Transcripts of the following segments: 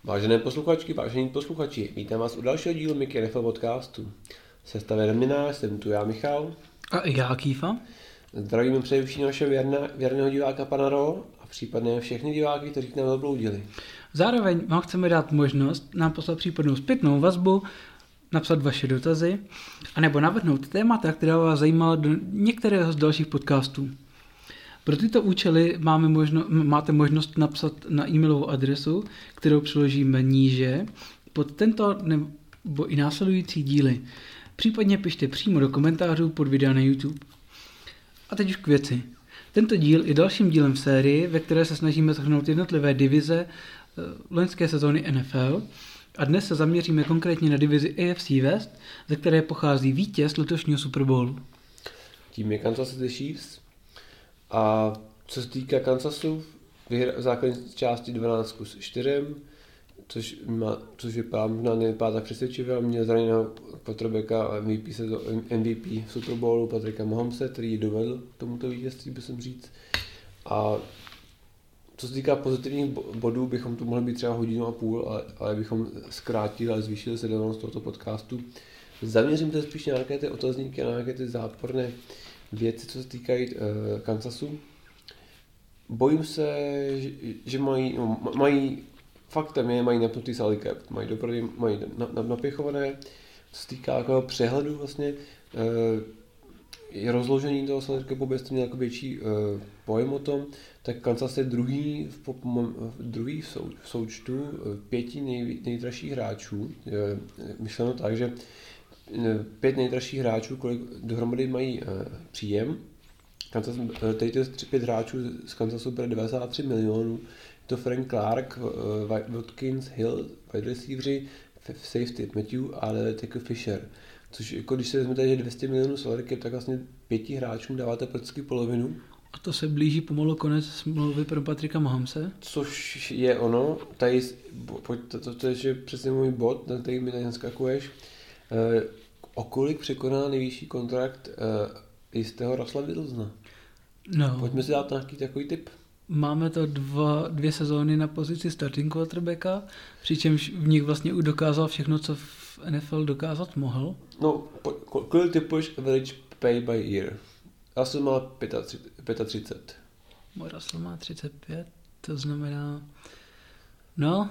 Vážené posluchačky, vážení posluchači, vítám vás u dalšího dílu Mickey NFL podcastu. Sestava Remina, jsem tu já Michal. A i já Kýfa. Zdravíme především našeho věrného diváka pana Ro a případně všechny diváky, kteří k nám zabloudili. Zároveň vám chceme dát možnost nám poslat případnou zpětnou vazbu, napsat vaše dotazy, anebo navrhnout témata, která vás zajímala do některého z dalších podcastů. Pro tyto účely máte možnost napsat na e-mailovou adresu, kterou přiložíme níže pod tento nebo i následující díly. Případně pište přímo do komentářů pod videa na YouTube. A teď už k věci. Tento díl je dalším dílem v sérii, ve které se snažíme shrnout jednotlivé divize loňské sezóny NFL a dnes se zaměříme konkrétně na divizi AFC West, ze které pochází vítěz letošního Super Bowlu. Tím je Kansas City Chiefs. A co se týká Kansasu, v základní části 12-4, což vypadá možná nevypadá tak přesvědčivě, měl zraněného quarterbacka MVP v Super Bowlu Patricka Mahomese, který ji dovedl k tomuto vítězství, bych říct. A co se týká pozitivních bodů, bychom tu mohli být třeba 1,5 hodiny, ale bychom zkrátili a zvýšili sledovanost tohoto podcastu. Zaměřím se spíš na nějaké ty otazníky a na nějaké ty záporné věci, co se týkají Kansasu. Bojím se, že mají faktem mají napnutý salary cap, mají napěchované, co se týká jako přehledu vlastně, je rozložení toho salary capu, byste měl jako větší pojem o tom, tak Kansas je druhý v součtu 5 nejdražších hráčů, myšleno tak, že 5 nejdražších hráčů, kolik dohromady mají příjem. Teď 5 hráčů z Kansasu bere 93 milionů. Je to Frank Clark, Watkins, Hill, wide receiveri, safety Matthew a tackle Fisher. Což jako když se vezmete, že 200 milionů salary cap, tak vlastně 5 hráčům dáváte prakticky polovinu. A to se blíží pomalu konec smlouvy pro Patricka Mahomese. Což je ono. Tady, to je že přesně můj bod, na který mi tady naskakuješ. O kolik překoná nejvyšší kontrakt jistého Russella Wilsona? No. Pojďme si dát nějaký takový tip. Máme to 2 sezóny na pozici starting quarterbacka, přičemž v nich vlastně už dokázal všechno, co v NFL dokázat mohl. No, kolik typuješ average pay by year? Russell má 35. Můj Russell má 35, to znamená... No...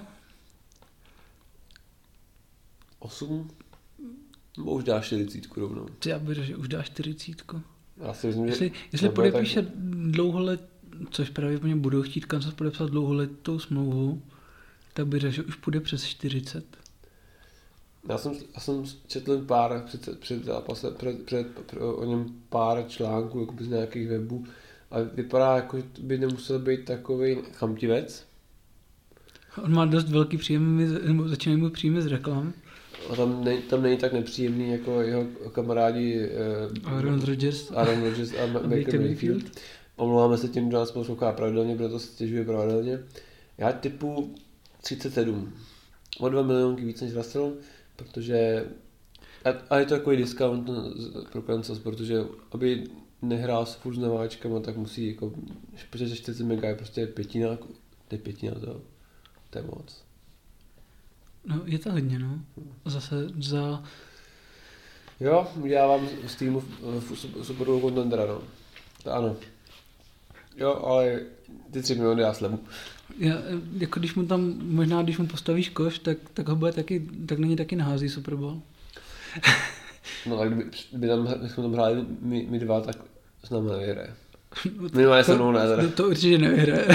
8? Nebo už dáš 40 rovnou? Já bych řekl, že už dáš 40. Já si myslím, jestli podepíše dlouholet, což pravděpodobně budou chtít Kansas podepsat dlouholetou smlouvu, tak bych řekl, že už půjde přes 40. Já jsem četl pár před zápasem, o něm pár článků jako z nějakých webů a vypadá jako, že by nemusel být takovej chamtivec. On má dost velký příjem, nebo začínají mu příjmy z reklam. A tam není tak nepříjemný jako jeho kamarádi Aaron Rodgers a Baker Mayfield. Omlouváme se tím, že nás poslouchá pravidelně, proto se stěžuje pravidelně. Já typu 37. O 2 milionky víc než Russell, protože a je to takový discount pro Kansas, protože aby nehrál s furt s nováčkama, tak musí jako, protože 40 mega je prostě pětina toho. To je moc. No, je to hodně, no. Zase za... Jo, já vám z týmu Super Bowl contendera, no. To ano. Jo, ale ty 3 miliony já slevu. Jako když mu tam, možná když mu postavíš koš, tak ho bude taky, tak na něj taky nahází Super Bowl. No tak kdyby jsme tam hráli my dva, tak s námi nevyhraje. Minimálně se mnou ne. To určitě nevyhraje.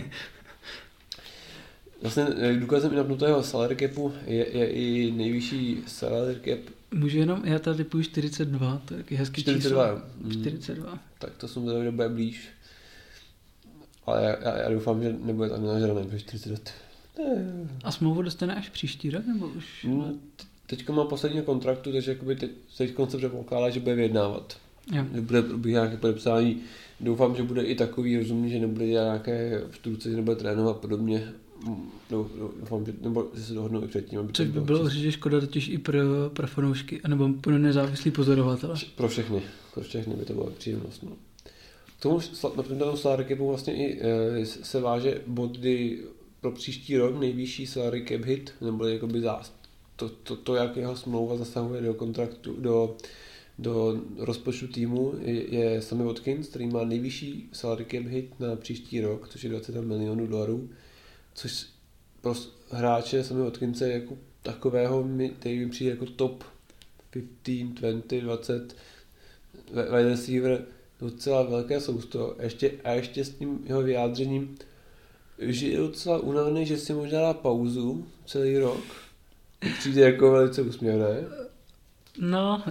Vlastně důkazem i napnutého salary capu je i nejvyšší salary cap. Můžu jenom, já tady typuji 42, to je taky hezký 42. číslo. 42. Tak to jsem tady bude blíž. Ale já doufám, že nebude tak nažraný, protože 40 let. A smlouvu dostane až příští rok, nebo už? Teďka má posledního kontraktu, takže teď se předpokládá, že bude vyjednávat. Že bude nějaké podepsání. Doufám, že bude i takový rozumný, že nebude nějaké vštruce, že nebude trénovat a podobně. Doufám, že se dohodnou i předtím. Což by bylo určitě škoda totiž i pro fanoušky, anebo pro nezávislý pozorovatele. Pro všechny by to byla příjemnost. K tomu salary capu vlastně i se váže bod, kdy pro příští rok nejvyšší salary cap hit, nebo jakoby to, jak jeho smlouva zasahuje do kontraktu, do rozpočtu týmu, je Sammy Watkins, který má nejvyšší salary cap hit na příští rok, což je $20 milionů, což pro hráče Sammy Watkinse jako takového, který mi přijde jako top 15, 20, 20 wide receiver, docela velké sousto. A ještě s tím jeho vyjádřením, že je docela unavený, že si možná dá pauzu celý rok. Přijde jako velice úsměvné. No.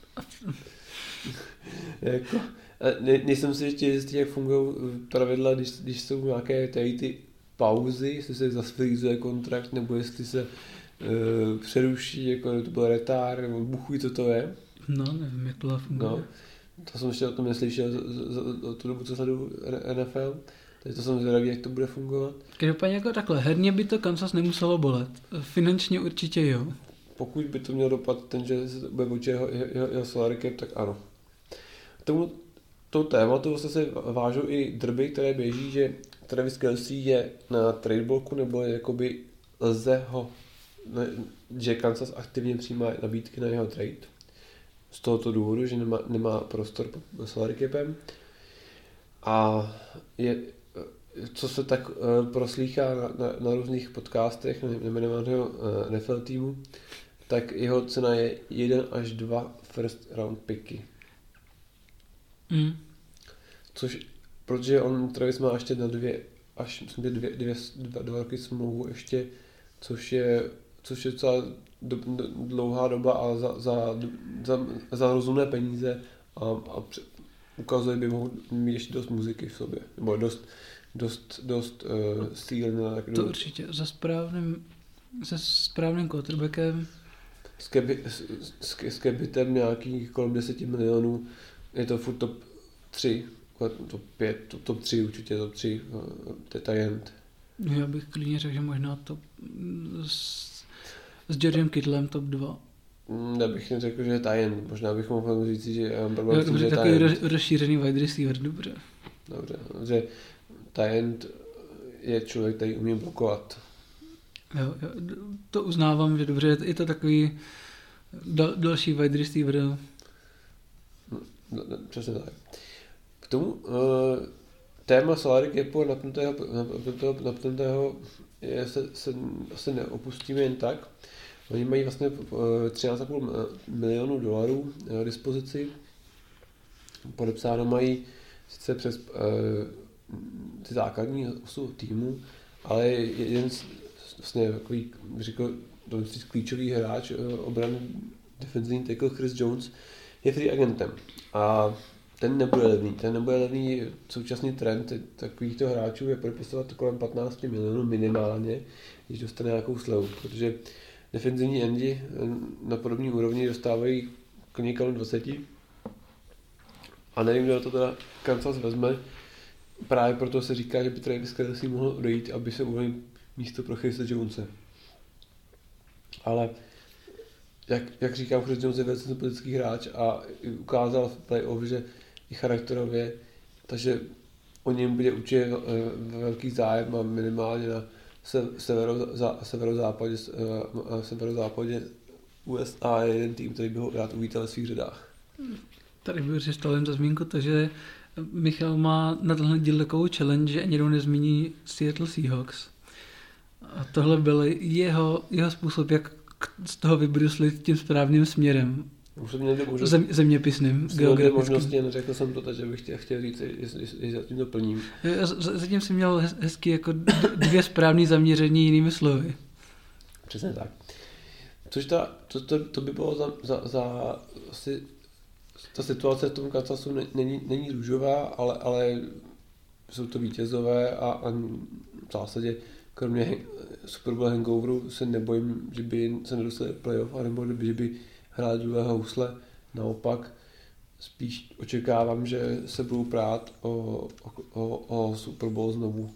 Jako, nejsem si ještě jistý, jak fungují pravidla, když jsou nějaké tady ty pauzy, jestli se zasfrýzuje kontrakt, nebo jestli se přeruší, jako to byl retard, nebo buchuj, co to je. No, nevím, jak to funguje. No, to jsem ještě o tom neslyšel o tu dobu, co sleduju NFL. Takže to jsem zvědavý, jak to bude fungovat. Každopádně jako takhle, herně by to Kansas nemuselo bolet. Finančně určitě jo. Pokud by to měl dopad ten, že se bude vůči jeho salary cap, tak ano. K tomu tématu vlastně se vážou i drby, které běží, že Travis Kelce je na trade bloku, nebo jakoby lze ho, že Kansas aktivně přijímá nabídky na jeho trade. Z tohoto důvodu, že nemá prostor pod salary capem. A co se tak proslýchá na různých podcastech nejmenovaného NFL týmu, tak jeho cena je 1 až 2 first round picky. Což, protože Travis má ještě na 2 roky smlouvu ještě, což je docela dlouhá doba a za rozumné peníze a ukazuje, by mohl mít ještě dost muziky v sobě, nebo dost síly. To určitě, se správným quarterbackem. S capitem nějakých kolem 10 milionů, je to furt top 3, top 5, top 3 určitě, top 3, tight end. Já bych klidně řekl, že možná top s Georgem Kittlem top 2. Já bych neřekl, že je tight end, možná bych mohl říct, že je takový rozšířený wide receiver, dobře. Dobře, že tight end je člověk, který umí blokovat. Jo, to uznávám, že dobře, je to takový další wide receiver. No, přesně tak. K tomu téma salary capu napnutého se asi neopustíme jen tak. Oni mají vlastně $13,5 milionů k dispozici. Podepsáno mají sice přes ty základní osu týmu, ale jeden vlastně takový, řekl, klíčový hráč obrany defenzivní tackle Chris Jones je free agentem. A ten nebude levný. Současný trend takovýchto hráčů je podepisovat kolem 15 milionů minimálně, když dostane nějakou slevu, protože defenzivní endi na podobné úrovni dostávají klidně kolem 20. A nevím, kdo to teda Kansas vezme. Právě proto se říká, že by Travis Kelce mohl odejít, aby se uvolnil místo pro Chrisa Jonese. Ale jak říkám, Chris Jones je velice sympatický hráč a ukázal v playoff, že i charakterově, takže o něm bude určitě velký zájem a minimálně na severozápadě USA je jeden tým, který by ho rád uvítal ve svých řadách. Tady bych si stavím za zmínku, takže Michal má na tenhle díl takovou challenge, že ani nezmíní Seattle Seahawks. A tohle byl jeho způsob, jak z toho vybruslit tím správným směrem. Zeměpisným, geografickým. Možnosti, neřekl jsem to, takže bych chtěl říct, jestli zatím to plním. Zatím jsem měl hezky jako 2 správný zaměření jinými slovy. Přesně tak. Což to by bylo za asi ta situace v tom Kansasu není růžová, ale jsou to vítězové a v zásadě kromě Super Bowl hangoveru se nebojím, že by se nedostali playoff, anebo že by hráli druhého housle. Naopak spíš očekávám, že se budou prát o Super Bowl znovu.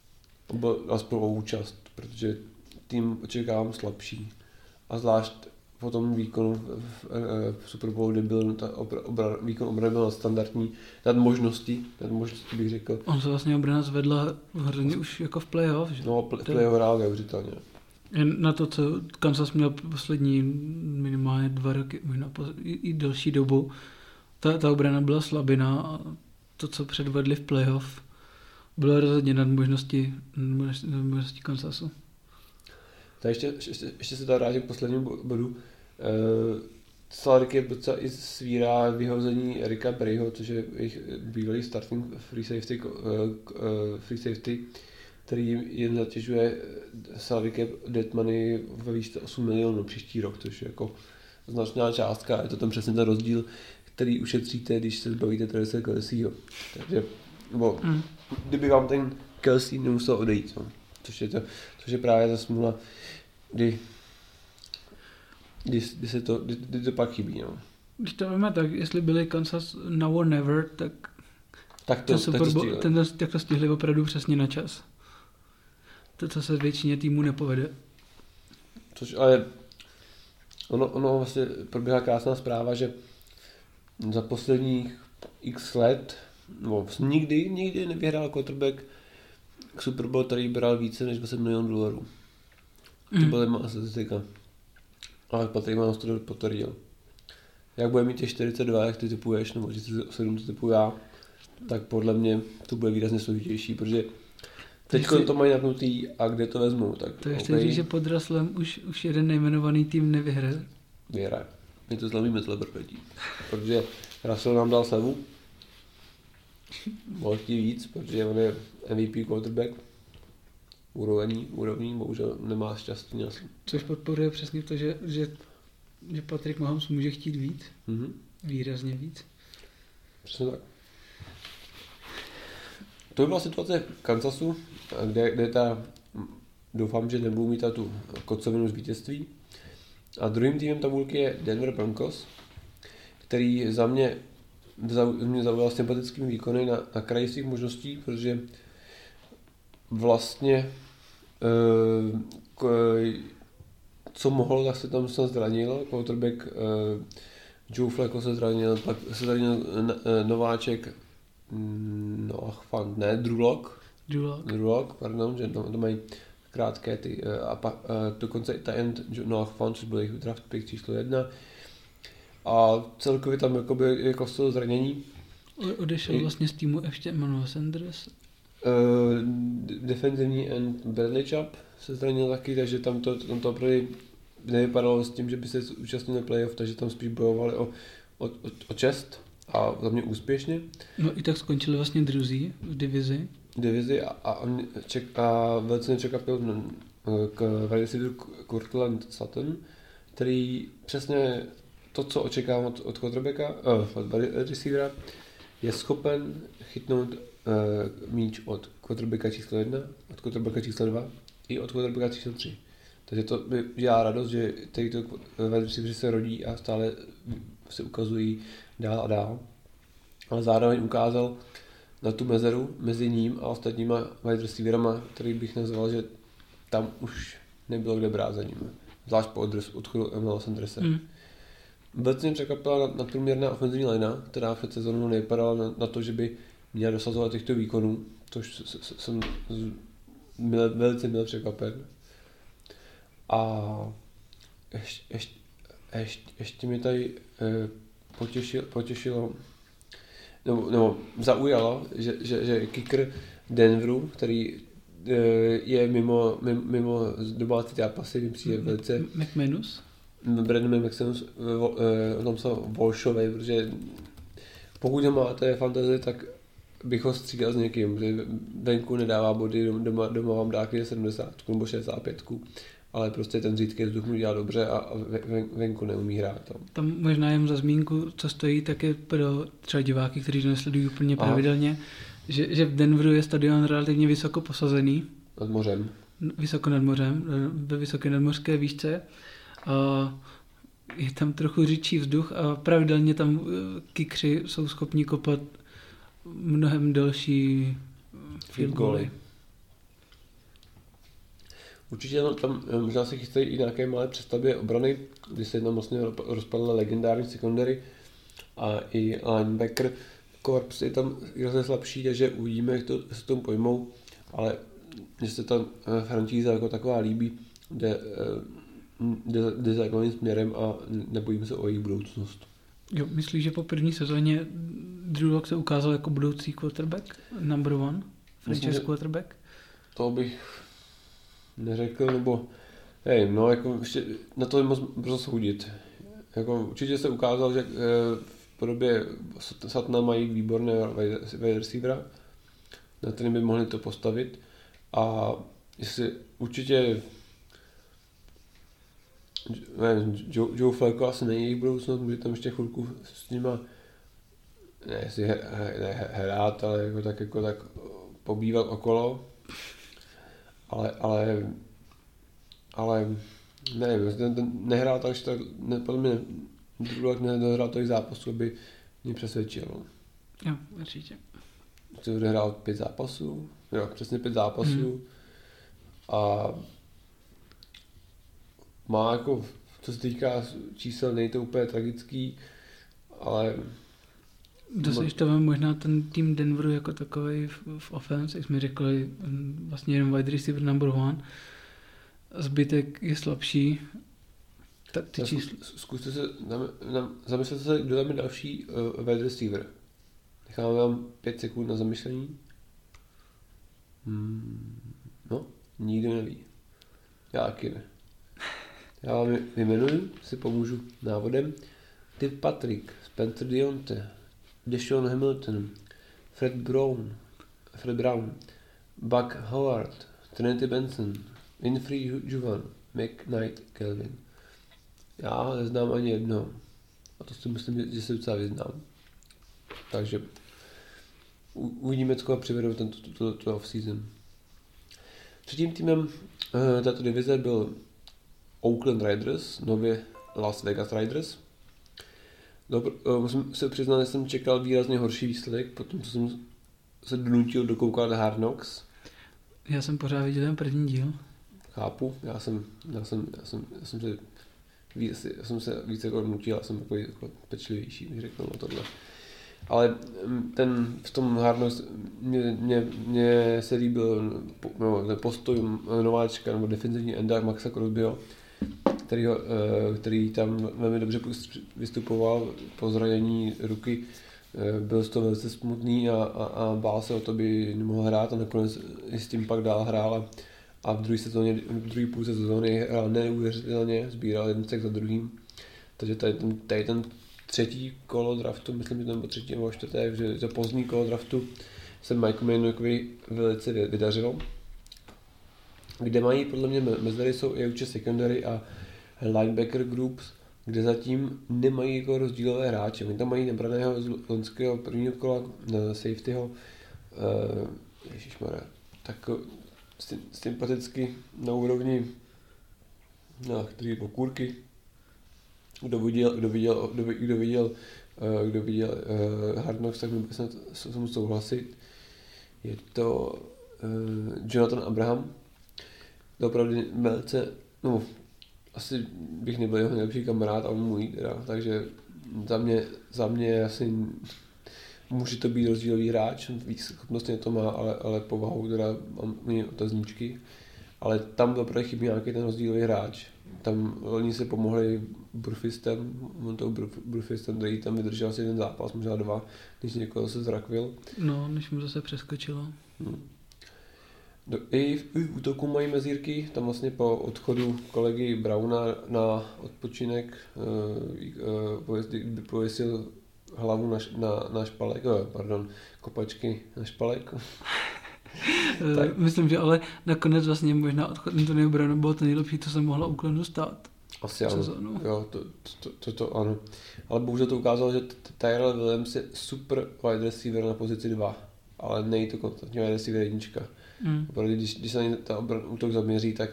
Aspoň o účast, protože tým očekávám slabší. A zvlášť po tom výkonu v Super Bowlu, kdy byl výkon obrany byl standardní, nad možností bych řekl. On se vlastně obrana zvedla hrozně už jako v playoff. Že? No, playoff hrál neuvěřitelně. Na to, co Kansas měl poslední minimálně 2 roky, možná i delší dobu, ta obrana byla slabina a to, co předvedli v playoff, bylo rozhodně nad možnosti Kansasu. Tak ještě se tady vrátím k poslednímu bodu. Salary cap docela i svírá vyhození Erika Berryho, což je jejich bývalý starting free safety, který jen zatěžuje salary cap dead money ve výšce 8 milionů příští rok, což je jako značná částka. Je to tam přesně ten rozdíl, který ušetříte, když se zbavíte Travis'a Kelceho. Takže, kdyby vám ten Kelce nemusel odejít, no. Což je právě ta smůla, kdy to pak chybí. No. Když to víme, tak jestli byli Kansas now or never, tak to stihli opravdu přesně na čas. To, co se většině týmu nepovede. Což ale ono vlastně probíhá krásná zpráva, že za posledních x let nikdy nevyhrál quarterback Super Bowl, který bral více než $10 milionů. To byla má statistika. Ale Patrik mám to potvrdil. Jak bude mít těch 42, jak ty typuješ, nebo 47 typuju já, tak podle mě to bude výrazně složitější, protože teď to mají napnutý a kde to vezmou, tak to ještě říct, že pod Russellem už jeden nejmenovaný tým nevyhraje. Vyhraje. My to zlomíme celebrity. Protože Russell nám dal slevu. Mohl chtít víc, protože on je MVP quarterback. Úrovní, bohužel nemá šťastný asi. Což podporuje přesně to, že Patrick Mahomes může chtít víc. Mm-hmm. Výrazně víc. Přesně tak. To by byla situace v Kansasu, kde doufám, že nebudu mít tu kocovinu z vítězství. A druhým týmem tabulky je Denver Broncos, který za mě zaujal sympatickými výkony na kraji svých možností, protože vlastně co mohl, tak se tam zranil. Quarterback Joe Flacco se zranil, pak se zranil nováček Drew Lock, pardon, že to mají krátké ty a dokonce i end Noah Fant, což byl jejich draft pick číslo 1 a celkově tam jako z toho zranění. Odešel vlastně z týmu ještě Emmanuel Sanders. Defenzivní end Bradley Chubb se zranil taky, takže tam to opravdu nevypadalo s tím, že by se účastnili playoff, takže tam spíš bojovali o čest a za mě úspěšně. No i tak skončili vlastně druzí v divizi a velice nepřekvapil k wide receiveru Courtland Sutton, který přesně to, co očekávám od quarterbacka, od wide receivera, je schopen chytnout míč od quarterbacka číslo 1, od quarterbacka číslo 2 i od quarterbacka číslo 3. Takže to by dělá radost, že tyto wide receiveri se rodí a stále se ukazují dál a dál. Ale zároveň ukázal na tu mezeru mezi ním a ostatníma wide receiverama, který bych nazval, že tam už nebylo kde brát za ním. Zvlášť po odchodu Emmanuela Sandersa. Vůbec mě překvapila nadprůměrná ofenzivní linea, která před sezónou nevypadala na to, že by měla dosazovat těchto výkonů, což jsem velice byl překvapen. A ještě mě tady potěšilo nebo zaujalo, že kicker Denveru, který je mimo domácí zápasy, mi přijde velice... McManus? Brandon McManus, tam se volšovej, protože pokud ho máte fantasy, tak bych ho střídal s někým, že venku nedává body, doma vám dá klidně 70 nebo 65, ale prostě ten řídký vzduch mu dělá dobře a venku neumí hrát. Tam možná jen za zmínku, co stojí také pro třeba diváky, kteří to nesledují úplně pravidelně, že v Denveru je stadion relativně vysoko posazený. Nad mořem. Vysoko nad mořem, ve vysoké nadmořské výšce. A je tam trochu řidčí vzduch a pravidelně tam kickři jsou schopni kopat mnohem delší field goaly. Určitě tam možná se chystají i nějaké malé přestavby obrany, kdy se tam vlastně rozpadla legendární secondary a i linebacker korps je tam hrozně slabší, takže uvidíme, jak to se tomu pojmou, ale mně se ta franšíza jako taková líbí, jde základním směrem a nebojím se o jejich budoucnost. Jo, myslíš, že po první sezóně Drew Lock se ukázal jako budoucí quarterback, number one, franchise quarterback? To bych neřekl, nebo nevím, no, jako ještě na to je moc brzo soudit. Jako určitě se ukázal, že v podobě Satna mají výborné wide receivera, na kterým by mohli to postavit a jestli určitě nevím, Joe Flacco asi není jejich budoucnost, může tam ještě chvilku s nima ne jestli hrát, ale jako tak pobývat okolo, ale nevím, ten nehrál tak, podle mě nehrál tolik zápasů, aby mě přesvědčil. Jo, určitě. Chci odehrál 5 zápasů, jo, přesně 5 zápasů a má jako, co se týká čísel, není to úplně tragický, ale Dosaž to možná ten tým Denveru jako takový v offense, jak jsme řekli, vlastně jenom wide receiver number one, zbytek je slabší. Tak ty čísla... Zkuste se, zamyslete se, kdo tam je další wide receiver. Necháme vám 5 sekund na zamyšlení. No, nikdo neví. Já taky ne. Já vám vyjmenuji, si pomůžu návodem. Tim Patrick, Spencer Dionte, Deshaun Hamilton, Fred Brown, Buck Howard, Trinity Benson, Winfrey Juvan, McKnight Kelvin. Já neznám ani jedno. A to si myslím, že se docela vyznám. Takže uvidíme, co přivedou tento off-season. Třetím týmem této divize byl Oakland Raiders, nově Las Vegas Raiders. Musím se přiznat, že jsem čekal výrazně horší výsledek, potom co jsem se donutil dokoukat Hard Knocks. Já jsem pořád viděl ten první díl. Chápu, já jsem se více jako nutil, já jsem jako pečlivější, bych řekl na tohle. Ale v tom Hard Knocks mě se líbil postoj nováčka nebo defenzivní enda Maxa Crosbyho, který tam velmi dobře vystupoval po zranění ruky. Byl z toho velice smutný a bál se o to, by nemohl hrát a nakonec s tím pak dál hrál a v druhé půlce sezóny hrál neuvěřitelně, sbíral jeden sek za druhým. Takže tady ten třetí kolo draftu, myslím, že to bylo třetí nebo čtvrté, že za pozdní kolo draftu se Mike Mayonovi velice vydařilo. Kde mají podle mě mezery jsou i určitě secondary a linebacker groups, kde zatím nemají jako rozdílové hráče. Oni tam mají nebraného z loňského prvního kola safetyho, ježišmarja, tak sympaticky na úrovni který pokůrky. Kdo viděl Hard Knocks, tak mi snad se mu souhlasit. Je to Jonathan Abraham. To opravdu velice, no, asi bych nebyl jeho nejlepší kamarád a on můj teda, takže za mě asi může to být rozdílový hráč, víc schopnostně to má, ale povahou teda mám otazníčky. Ale tam opravdu chybí nějaký ten rozdílový hráč. Tam oni se pomohli Brufistem, který tam vydržel asi jeden zápas, možná 2, když někoho se zrakvil. No, než mu zase přeskočilo. I v útoku mají mezírky, tam vlastně po odchodu kolegy Browna na odpočinek pověsil hlavu na špalek, kopačky na špalek. Tak. Myslím, že ale nakonec vlastně možná odchod Antonio Browna bylo to nejlepší, co se mohlo Oaklandu stát. Asi ano, jo, to ano. Ale bohužel to ukázalo, že Tyrell Williams je super wide receiver na pozici 2, ale není to konstantně wide receiver 1. Protože když se na ten útok zaměří, tak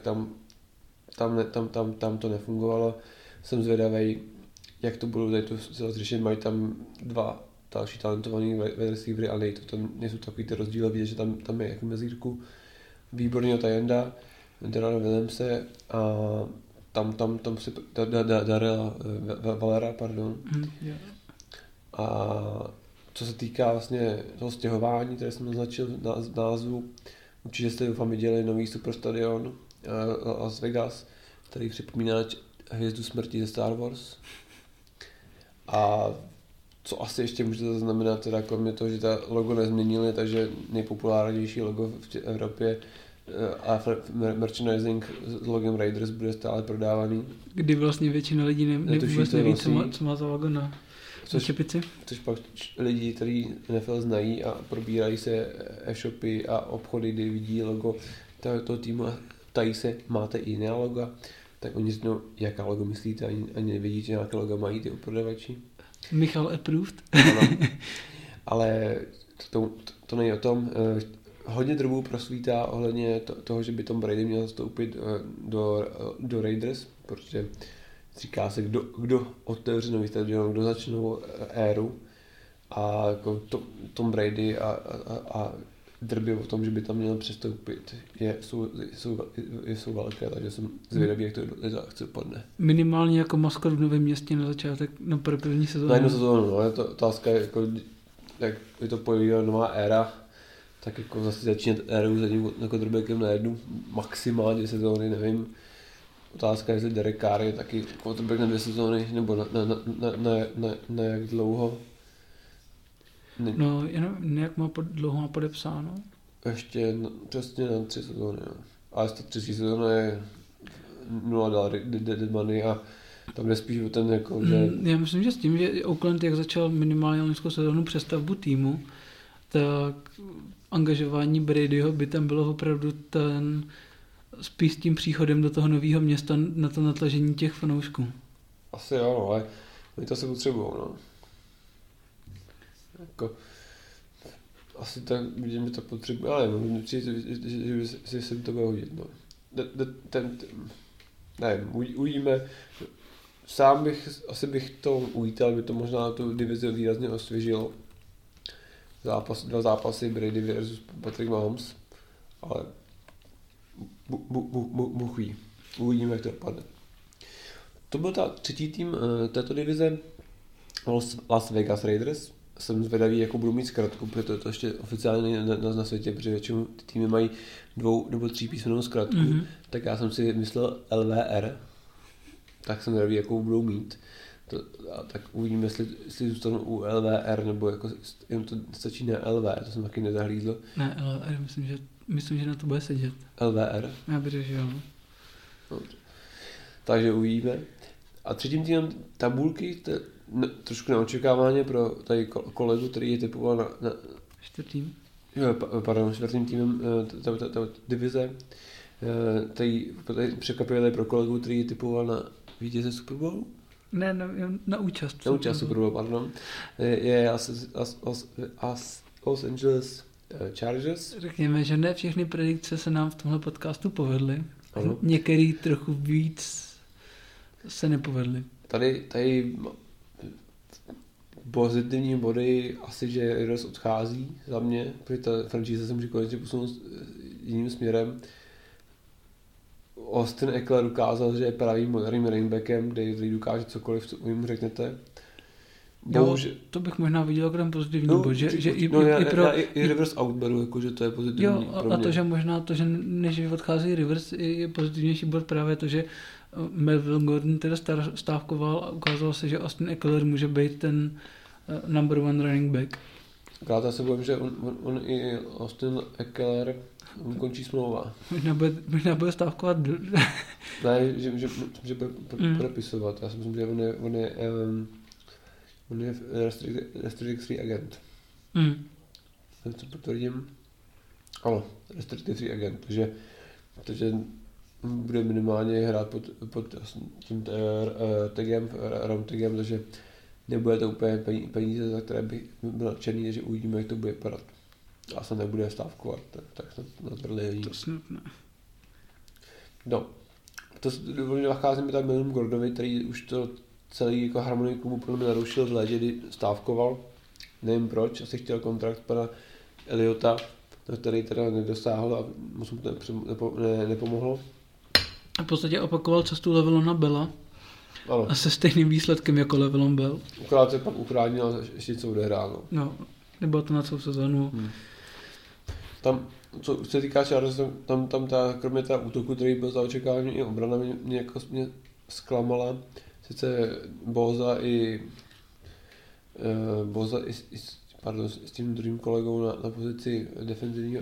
tam to nefungovalo. Jsem zvědavý, jak to budou tady to řešit. Mají tam 2 další talentovaný wide receivery, ale nejsou takový ty rozdíly, vidět, že tam je jako mezírku výborného tajenda. Darrella Williamse a tam si Darrella Valera, pardon. Yeah. A co se týká vlastně toho stěhování, které jsem naznačil v názvu, určitě jste doufám viděli nový superstadion Las Vegas, který připomíná hvězdu smrti ze Star Wars. A co asi ještě můžete zaznamenat, teda kromě toho, že ta logo nezměnili, takže nejpopulárnější logo v Evropě a merchandising s logem Raiders bude stále prodávaný. Kdy vlastně většina lidí vůbec neví, co má za logo na čepici. Což pak lidi, kteří NFL znají a probírají se e-shopy a obchody, kde vidí logo toho týmu a ptají se, máte i jiné loga, tak oni řeknou, jaká logo myslíte, ani nevědí, že nějaké logo mají ty prodavači. Michal approved. Ano. Ale to není o tom. Hodně drbů prosvítá ohledně toho, že by Tom Brady měl vstoupit do Raiders, protože říká se, kdo otevře nový stadion, kdo začnou éru a jako Tom Brady a drby o tom, že by tam měl přestoupit, jsou velké, takže jsem zvědavý, jak to chce dopadne. Minimálně jako maskot v Novém Městě na začátek, pro první sezónu. Na jednu sezónu, no, je to otázka, jako, jak je to pojeví nová éra, tak jako zase začínat éru s jedním jako drbekem na jednu, maximálně sezóny, nevím. Otázka je, jestli Derek Carr je taky quarterback na 2 sezóny, nebo na jak dlouho. No, jenom jak dlouho má podepsáno? Ještě přesně na 3 sezóny, no. Ale ta 3 sezóna je $0 dead money a tam jde spíš o ten, jako, že... Já myslím, že s tím, že Oakland, jak začal minimálně loňskou sezónu přestavbu týmu, tak angažování Bradyho by tam bylo opravdu ten spíš s tím příchodem do toho nového města na to natlažení těch fanoušků. Asi jo, no, ale oni to se potřebují, no. Jako, asi tak vidím, že to potřebují, ale nevím, že se to bude hodit, no. Nevím, uvidíme. Sám bych to uvítal, by to možná tu divizi výrazně osvěžilo. 2 zápasy Brady versus Patrick Mahomes, ale Bůh ví. Uvidíme, jak to dopadne. To byl ta 3. tým této divize, Las Vegas Raiders. Jsem zvědavý, jakou budou mít zkratku, protože to ještě oficiálně na světě, protože většinou ty týmy mají 2 nebo 3 písmenou zkratku, tak já jsem si myslel LVR, tak jsem zvědavý, jakou budou mít. Tak uvidíme, jestli zůstanou u LVR, nebo jako jim to stačí na LV, to jsem taky nezahlídl. Ne, LVR, myslím, že na to bude sedět. LVR? Já bych řekl, že jo. Dobře. Takže uvidíme. A 3. týmem tabulky, trošku na očekávání pro tady kolegu, který je typoval na 4. Pardon, 4. týmem divize. Tady překvapili pro kolegu, který je typoval na vítěze Super Bowl. Ne, na účast. Na účast Super Bowl, pardon. Je Los Angeles Chargers. Řekněme, že ne všechny predikce se nám v tomhle podcastu povedly. Ano. Některý trochu víc se nepovedly. Tady pozitivní body asi, že Raiders odchází za mě, protože ta franchise se může konečně posunout jiným směrem. Austin Ekeler ukázal, že je pravým moderním runningbackem, kde dokáže cokoliv, co jim řeknete. Bohužel... Jo, to bych možná viděl jako ten pozitivní bod, že i Rivers out beru, jakože to je pozitivní pro mě. A to, že možná to, že než odchází Rivers, je pozitivnější bod právě to, že Melvin Gordon teda stávkoval a ukázalo se, že Austin Ekeler může být ten number 1 running back. Akorát já se bojím, že on i Austin Ekeler končí smlouva. Možná bude stávkovat. Ne, že bude podepisovat. Já si myslím, že on je restricted free agent. Co potvrdím? Ano, restricted free agent, takže bude minimálně hrát pod tím tagem, round tagem, takže nebude to úplně peníze, za které by byl nadšený, že uvidíme, jak to bude vypadat. A se nebude stávkovat, tak na tvrdě. To snad ne. No, to nacházíme tam Melvin Gordovi, který už to celý jako harmonii klubu podle mě narušil v létě, kdy stávkoval. Nevím proč, asi chtěl kontrakt pana Eliota na který teda nedosáhl a moc mu to nepomohlo. A v podstatě opakoval cestu Levelona Bella. Ano. A se stejným výsledkem jako Levelon Bell. Akorát se pak uchránil a ještě co odehrál. No, nebylo to na celou sezónu. Tam, co se týká Chargers, tam kromě toho útoku, který byl za očekávání, i obrana mě zklamala. Sice Boza i s tím druhým kolegou na pozici defenzivního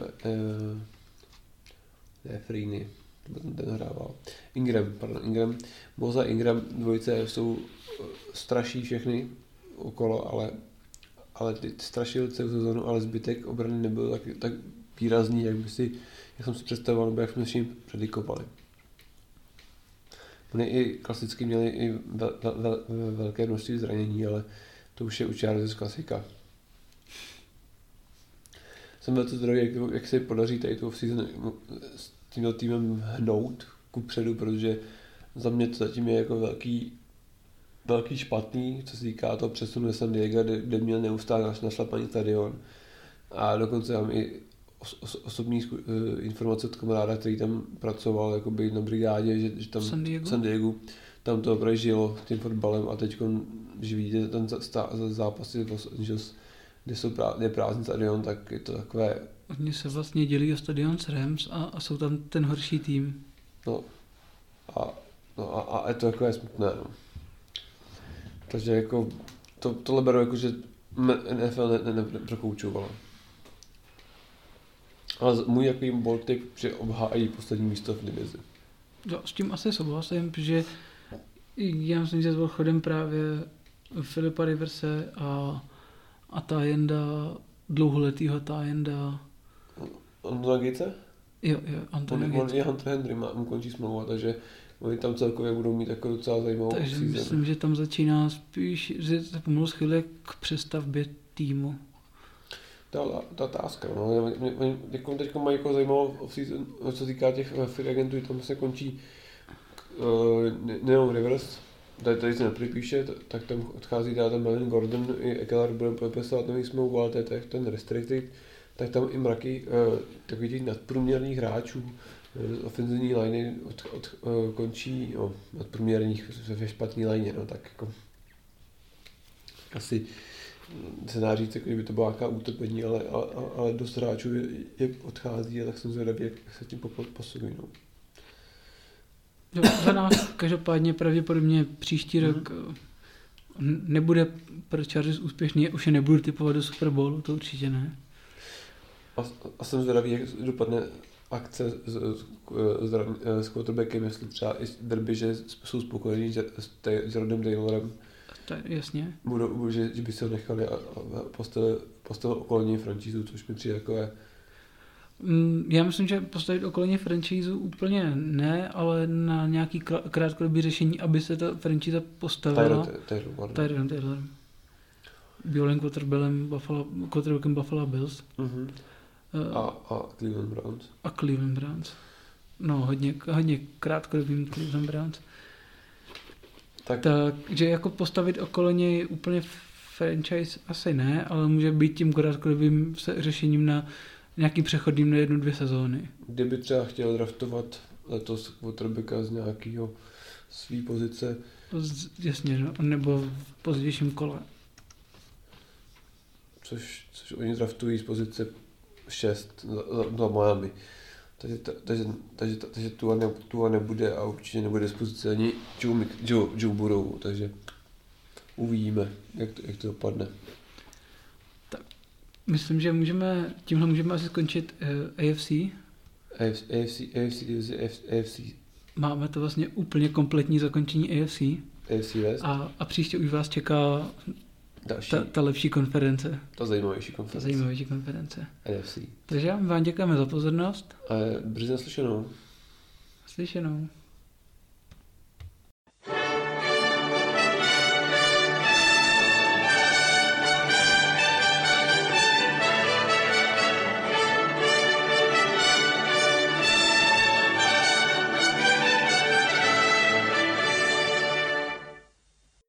Freeney, ten hrával. Ingram. Boza Ingram dvojice straší všechny okolo, ale ty strašil celou sezónu, ale zbytek obrany nebyl tak výrazný, jak jsem si představoval, nebo jak jsme si jim predikovali. Oni i klasicky měli i velké množství zranění, ale to už je u Chargers klasika. Jsem velice zdravý, jak se podaří tady tu off-season s tímto týmem hnout kupředu, protože za mě to zatím je jako velký špatný, co se týká toho přesunu do San Diego, kde měl neustále našlapaný stadion. A dokonce mám i osobní informace od kamaráda, který tam pracoval jakoby na brigádě, že tam San Diego tam to opravdu žilo tím fotbalem a teď, když vidíte ten zápasy Los Angeles, kde je prázdný stadion, tak je to takové... Oni se vlastně dělí o stadion s Rams a jsou tam ten horší tým. A je to takové smutné. No. Takže jako tohle beru jako, že NFL neprokoučovala. Ale můj jaký bold tip, že obhájí poslední místo v divizi. Jo, s tím asi souhlasím, protože já myslím, že s odchodem právě Filipa Riverse a Tajenda, dlouholetýho Tajenda. Antona Gatese? Jo, Antona Gatese. On je Hunter Henry, mu končí smlouva, takže oni tam celkově budou mít takovou docela zajímavou Takže season. myslím, že tam začíná spíš, že se pomalu schyluje k přestavbě týmu. Ta otázka, no. Teď mají jako zajímavou off-season, co se týká těch free agentů, tam se končí nejenom Rivers, tady se nepřipíše, tak tam odchází ten Melvin Gordon, i Ekeler bude podepisovat nový smlouvu, ale to je ten restricted, tak tam i mraky takových těch nadprůměrných hráčů z ofenzivní liney končí nadprůměrných ve špatný lině, no tak jako asi se dá říct, jako, že by to byla nějaká útrpení, ale dost hráčů je odchází a tak jsem zvědavý, jak se tím posunují. No. Za nás každopádně pravděpodobně příští rok nebude pro Chargers úspěšný, už je nebudu typovat do Super Bowlu, to určitě ne. A jsem zvědavý, jak dopadne akce s quarterbackem, jestli třeba i derby, že jsou spokojení s Rodem Taylorem. Jasně. Že by se ho nechali a postavil okolo něj franšízu, což mi přijde takové... Já myslím, že postavit okolo něj franšízu úplně ne, ale na nějaký krátkodobý řešení, aby se ta franšíza postavila. Tyron Taylor. Bývalým quarterbackem Buffalo Bills. Uh-huh. A Cleveland Browns. No, hodně krátkodobým Cleveland Browns. Takže jako postavit okolo něj úplně franchise asi ne, ale může být tím krátkodobým řešením na nějakým přechodným na 1-2 sezóny. Kdyby třeba chtěl draftovat letos quarterbacka z nějakého svý pozice. Jasně, no, nebo v pozdějším kole. Což oni draftují z pozice 6 za Miami. Takže Tua nebude a určitě nebude z pozice ani Joe Burrow, takže uvidíme, jak to dopadne. Tak, myslím, že tímhle můžeme asi skončit AFC. AFC. Máme to vlastně úplně kompletní zakončení AFC. AFC West. A příště už vás čeká ta lepší konference. Ta zajímavější konference. AFC. Takže vám děkujeme za pozornost. A brzy naslyšenou. Slyšenou.